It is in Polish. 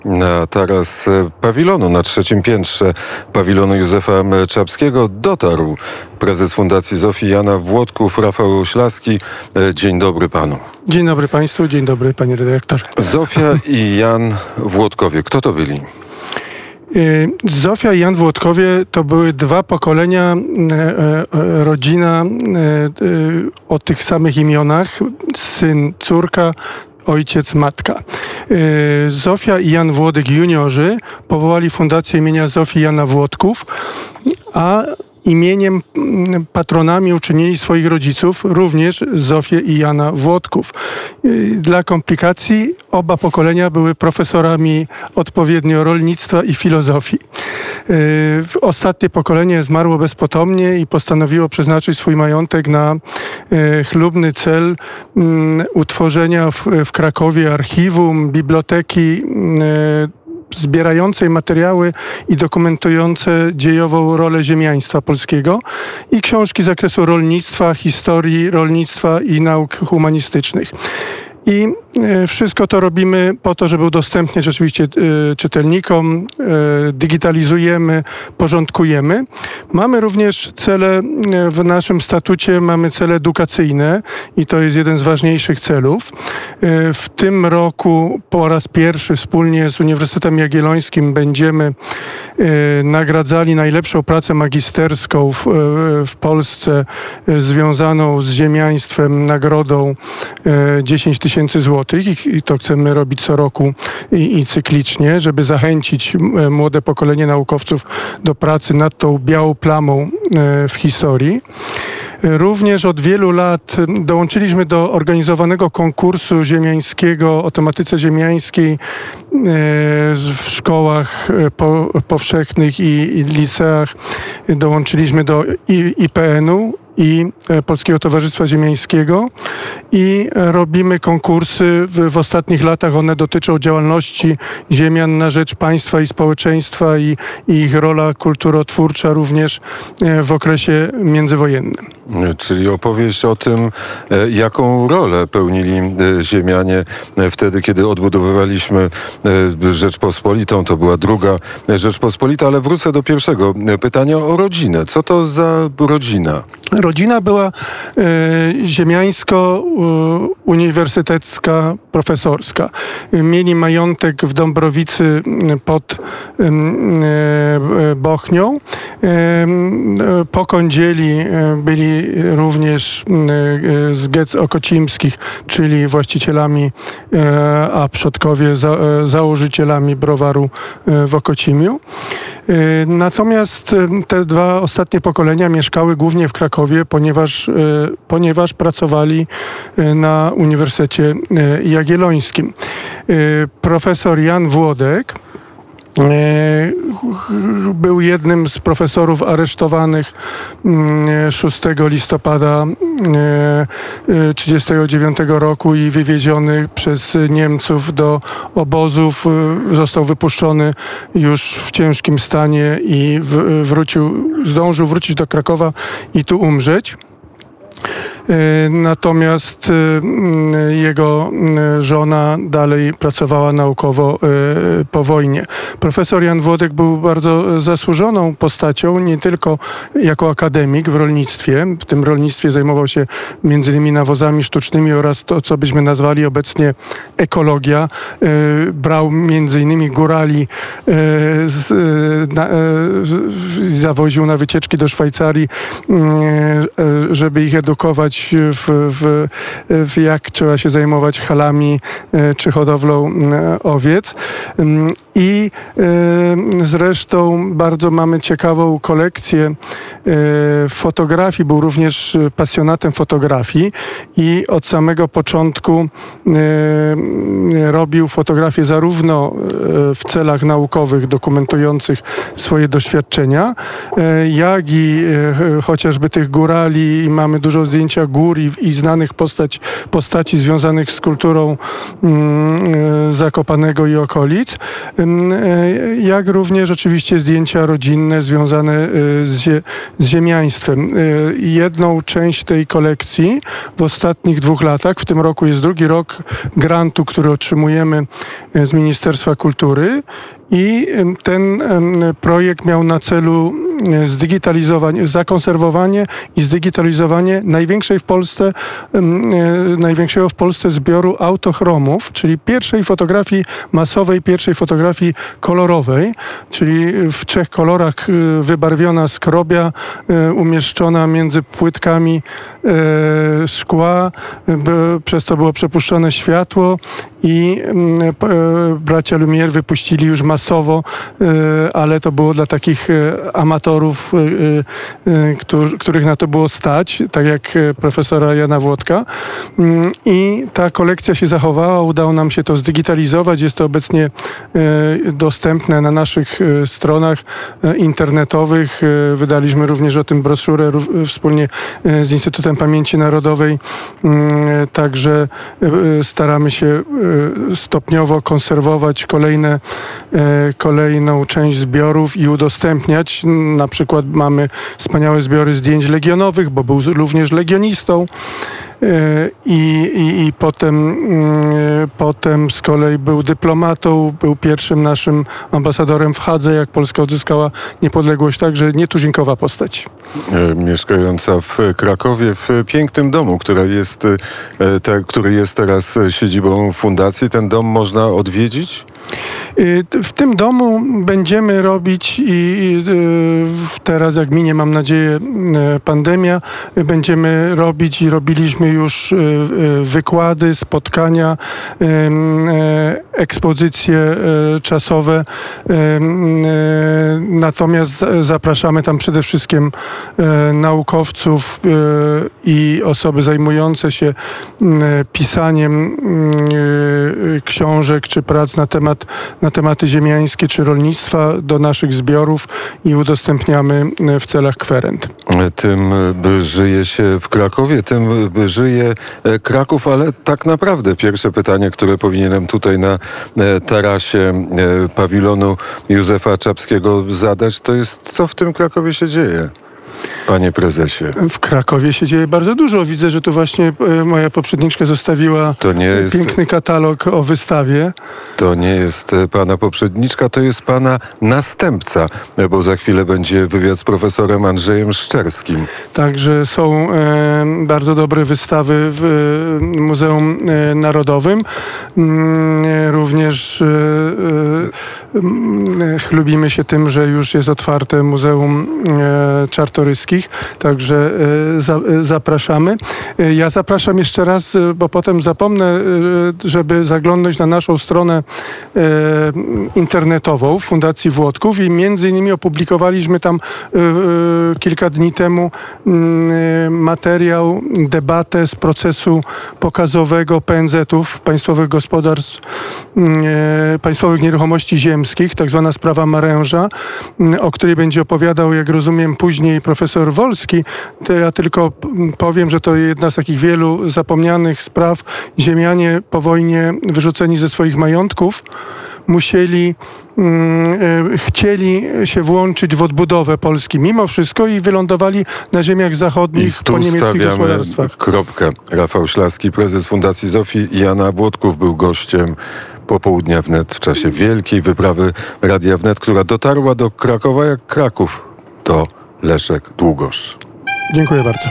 Na taras pawilonu, na trzecim piętrze pawilonu Józefa Czapskiego dotarł prezes Fundacji Zofii Jana Włodków, Rafał Ślaski. Dzień dobry panu. Dzień dobry państwu, dzień dobry panie redaktorze. Zofia i Jan Włodkowie. Kto to byli? Zofia i Jan Włodkowie to były dwa pokolenia, rodzina o tych samych imionach, syn, córka, ojciec, matka. Zofia i Jan Włodek juniorzy powołali Fundację imienia Zofii i Jana Włodków, a imieniem, patronami uczynili swoich rodziców, również Zofię i Jana Włodków. Dla komplikacji oba pokolenia były profesorami odpowiednio rolnictwa i filozofii. Ostatnie pokolenie zmarło bezpotomnie i postanowiło przeznaczyć swój majątek na chlubny cel utworzenia w Krakowie archiwum, biblioteki zbierającej materiały i dokumentujące dziejową rolę ziemiaństwa polskiego i książki z zakresu rolnictwa, historii rolnictwa i nauk humanistycznych. I wszystko to robimy po to, żeby udostępniać oczywiście czytelnikom, digitalizujemy, porządkujemy. Mamy również cele, w naszym statucie mamy cele edukacyjne i to jest jeden z ważniejszych celów. W tym roku po raz pierwszy wspólnie z Uniwersytetem Jagiellońskim będziemy nagradzali najlepszą pracę magisterską w Polsce związaną z ziemiaństwem nagrodą 10 000 złotych i to chcemy robić co roku i cyklicznie, żeby zachęcić młode pokolenie naukowców do pracy nad tą białą plamą w historii. Również od wielu lat dołączyliśmy do organizowanego konkursu ziemiańskiego o tematyce ziemiańskiej w szkołach powszechnych i liceach. Dołączyliśmy do IPN-u i Polskiego Towarzystwa Ziemiańskiego i robimy konkursy. W ostatnich latach one dotyczą działalności ziemian na rzecz państwa i społeczeństwa i ich rola kulturotwórcza również w okresie międzywojennym. Czyli opowieść o tym, jaką rolę pełnili ziemianie wtedy, kiedy odbudowywaliśmy Rzeczpospolitą. To była druga Rzeczpospolita, ale wrócę do pierwszego pytania o rodzinę. Co to za rodzina? Rodzina była ziemiańsko-uniwersytecka, profesorska. Mieli majątek w Dąbrowicy pod Bochnią. Po kądzieli byli również z Gec Okocimskich, czyli właścicielami, a przodkowie założycielami browaru w Okocimiu. Natomiast te dwa ostatnie pokolenia mieszkały głównie w Krakowie, ponieważ pracowali na Uniwersytecie Jagiellońskim. Profesor Jan Włodek był jednym z profesorów aresztowanych 6 listopada 1939 roku i wywiedziony przez Niemców do obozów. Został wypuszczony już w ciężkim stanie i zdążył wrócić do Krakowa i tu umrzeć. Natomiast jego żona dalej pracowała naukowo po wojnie. Profesor Jan Włodek był bardzo zasłużoną postacią, nie tylko jako akademik w rolnictwie. W tym rolnictwie zajmował się m.in. nawozami sztucznymi oraz to, co byśmy nazwali obecnie ekologia. Brał m.in. górali, zawoził na wycieczki do Szwajcarii, żeby ich edukować w jak trzeba się zajmować halami czy hodowlą owiec. I zresztą bardzo mamy ciekawą kolekcję fotografii. Był również pasjonatem fotografii i od samego początku robił fotografie zarówno w celach naukowych dokumentujących swoje doświadczenia, jak i chociażby tych górali. I mamy dużo zdjęcia gór i znanych postaci związanych z kulturą Zakopanego i okolic. jak również oczywiście zdjęcia rodzinne związane z ziemiaństwem. Jedną część tej kolekcji w ostatnich 2 latach, w tym roku jest drugi rok grantu, który otrzymujemy z Ministerstwa Kultury, i ten projekt miał na celu zakonserwowanie i zdigitalizowanie największego w Polsce zbioru autochromów, czyli pierwszej fotografii masowej, pierwszej fotografii kolorowej, czyli w 3 kolorach wybarwiona skrobia, umieszczona między płytkami szkła, przez to było przepuszczone światło i bracia Lumière wypuścili już masowo, ale to było dla takich amatorów, których na to było stać, tak jak profesora Jana Włodka. I ta kolekcja się zachowała, udało nam się to zdigitalizować. Jest to obecnie dostępne na naszych stronach internetowych. Wydaliśmy również o tym broszurę wspólnie z Instytutem Pamięci Narodowej. Także staramy się stopniowo konserwować kolejną część zbiorów i udostępniać. Na przykład mamy wspaniałe zbiory zdjęć legionowych, bo był również legionistą. I potem z kolei był dyplomatą, był pierwszym naszym ambasadorem w Hadze, jak Polska odzyskała niepodległość, także nietuzinkowa postać. Mieszkająca w Krakowie, w pięknym domu, który jest teraz siedzibą fundacji. Ten dom można odwiedzić? W tym domu będziemy robić i teraz, jak minie, mam nadzieję, pandemia, będziemy robić i robiliśmy już wykłady, spotkania, ekspozycje czasowe. Natomiast zapraszamy tam przede wszystkim naukowców i osoby zajmujące się pisaniem książek czy prac na tematy ziemiańskie czy rolnictwa do naszych zbiorów i udostępniamy w celach kwerend. Tym żyje się w Krakowie, tym żyje Kraków, ale tak naprawdę pierwsze pytanie, które powinienem tutaj na tarasie pawilonu Józefa Czapskiego zadać, to jest, co w tym Krakowie się dzieje? Panie prezesie. W Krakowie się dzieje bardzo dużo. Widzę, że tu właśnie moja poprzedniczka zostawiła piękny katalog o wystawie. To nie jest pana poprzedniczka, to jest pana następca, bo za chwilę będzie wywiad z profesorem Andrzejem Szczerskim. Także są bardzo dobre wystawy w Muzeum Narodowym. Również chlubimy się tym, że już jest otwarte Muzeum Czartoryskich, także zapraszamy. Ja zapraszam jeszcze raz, bo potem zapomnę, żeby zaglądnąć na naszą stronę internetową Fundacji Włodków i między innymi opublikowaliśmy tam kilka dni temu materiał, debatę z procesu pokazowego PNZ-ów, Państwowych Gospodarstw, Państwowych Nieruchomości Ziemskich, tak zwana sprawa Maręża, o której będzie opowiadał, jak rozumiem, później profesor Wolski. To ja tylko powiem, że to jedna z takich wielu zapomnianych spraw. Ziemianie po wojnie wyrzuceni ze swoich majątków chcieli się włączyć w odbudowę Polski mimo wszystko i wylądowali na ziemiach zachodnich po niemieckich gospodarstwach. Kropkę. Rafał Szlaski, prezes Fundacji Zofii, Jana Włodków był gościem Popołudnia Wnet w czasie wielkiej wyprawy Radia Wnet, która dotarła do Krakowa jak Kraków. To Leszek Długosz. Dziękuję bardzo.